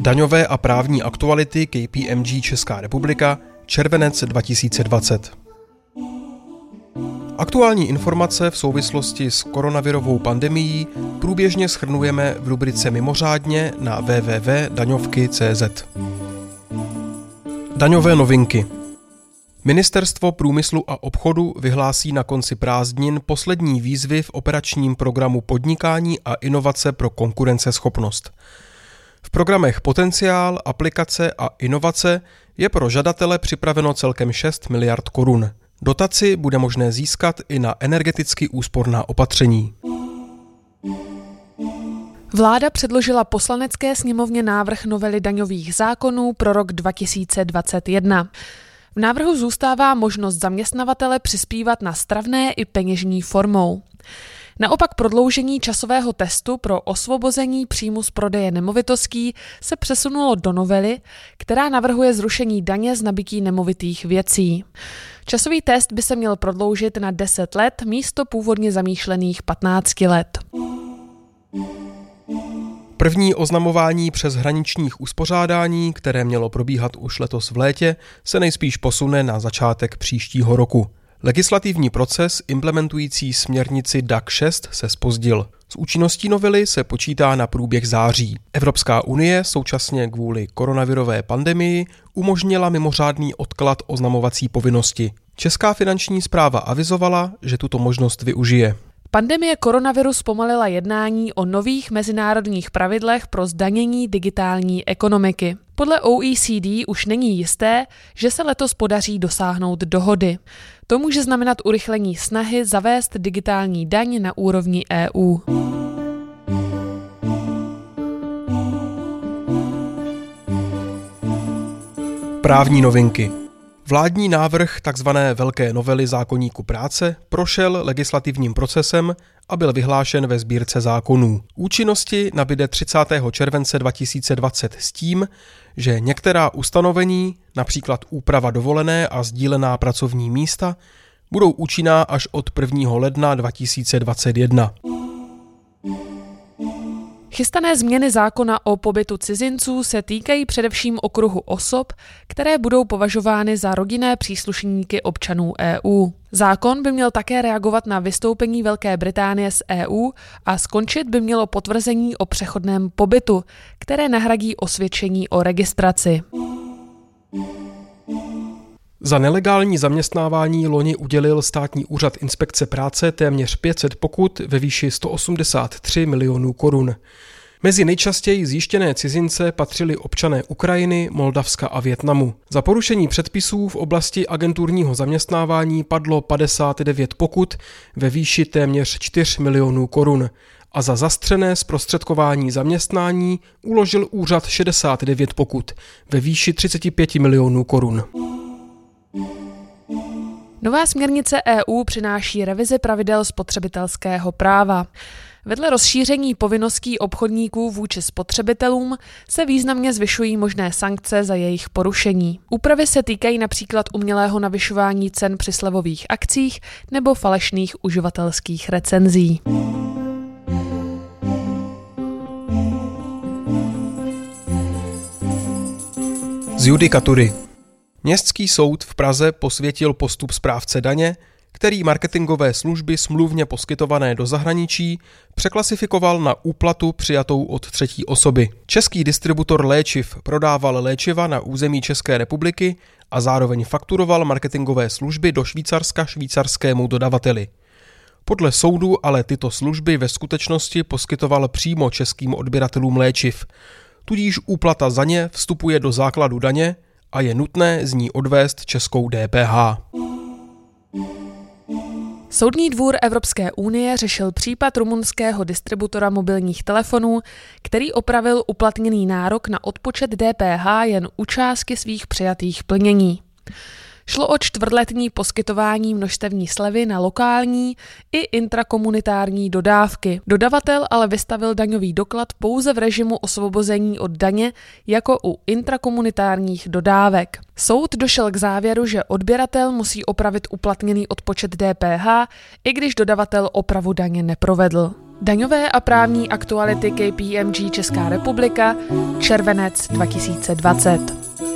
Daňové a právní aktuality KPMG Česká republika, červenec 2020. Aktuální informace v souvislosti s koronavirovou pandemií průběžně shrnujeme v rubrice Mimořádně na www.daňovky.cz. Daňové novinky. Ministerstvo průmyslu a obchodu vyhlásí na konci prázdnin poslední výzvy v operačním programu Podnikání a inovace pro konkurenceschopnost. V programech Potenciál, Aplikace a Inovace je pro žadatele připraveno celkem 6 miliard korun. Dotaci bude možné získat i na energeticky úsporná opatření. Vláda předložila Poslanecké sněmovně návrh novely daňových zákonů pro rok 2021. V návrhu zůstává možnost zaměstnavatele přispívat na stravné i peněžní formou. Naopak prodloužení časového testu pro osvobození příjmu z prodeje nemovitostí se přesunulo do novely, která navrhuje zrušení daně z nabytí nemovitých věcí. Časový test by se měl prodloužit na 10 let místo původně zamýšlených 15 let. První oznamování přes hraničních uspořádání, které mělo probíhat už letos v létě, se nejspíš posune na začátek příštího roku. Legislativní proces implementující směrnici DAC 6 se zpozdil. S účinností novely se počítá na průběh září. Evropská unie současně kvůli koronavirové pandemii umožnila mimořádný odklad oznamovací povinnosti. Česká finanční správa avizovala, že tuto možnost využije. Pandemie koronaviru zpomalila jednání o nových mezinárodních pravidlech pro zdanění digitální ekonomiky. Podle OECD už není jisté, že se letos podaří dosáhnout dohody. To může znamenat urychlení snahy zavést digitální daň na úrovni EU. Právní novinky. Vládní návrh tzv. Velké novely zákoníku práce prošel legislativním procesem a byl vyhlášen ve Sbírce zákonů. Účinnosti nabyde 30. července 2020 s tím, že některá ustanovení, například úprava dovolené a sdílená pracovní místa, budou účinná až od 1. ledna 2021. Chystané změny zákona o pobytu cizinců se týkají především okruhu osob, které budou považovány za rodinné příslušníky občanů EU. Zákon by měl také reagovat na vystoupení Velké Británie z EU a skončit by mělo potvrzení o přechodném pobytu, které nahradí osvědčení o registraci. Za nelegální zaměstnávání loni udělil Státní úřad inspekce práce téměř 500 pokut ve výši 183 milionů korun. Mezi nejčastěji zjištěné cizince patřili občané Ukrajiny, Moldavska a Vietnamu. Za porušení předpisů v oblasti agenturního zaměstnávání padlo 59 pokut ve výši téměř 4 milionů korun a za zastřené zprostředkování zaměstnání uložil úřad 69 pokut ve výši 35 milionů korun. Nová směrnice EU přináší revizi pravidel spotřebitelského práva. Vedle rozšíření povinností obchodníků vůči spotřebitelům se významně zvyšují možné sankce za jejich porušení. Úpravy se týkají například umělého navyšování cen při slevových akcích nebo falešných uživatelských recenzí. Z judikatury. Městský soud v Praze posvětil postup správce daně, který marketingové služby smluvně poskytované do zahraničí překlasifikoval na úplatu přijatou od třetí osoby. Český distributor léčiv prodával léčiva na území České republiky a zároveň fakturoval marketingové služby do Švýcarska švýcarskému dodavateli. Podle soudu ale tyto služby ve skutečnosti poskytoval přímo českým odběratelům léčiv. Tudíž úplata za ně vstupuje do základu daně a je nutné z ní odvést českou DPH. Soudní dvůr Evropské unie řešil případ rumunského distributora mobilních telefonů, který opravil uplatněný nárok na odpočet DPH jen u částky svých přijatých plnění. Šlo o čtvrtletní poskytování množstevní slevy na lokální i intrakomunitární dodávky. Dodavatel ale vystavil daňový doklad pouze v režimu osvobození od daně jako u intrakomunitárních dodávek. Soud došel k závěru, že odběratel musí opravit uplatněný odpočet DPH, i když dodavatel opravu daně neprovedl. Daňové a právní aktuality KPMG Česká republika, červenec 2020.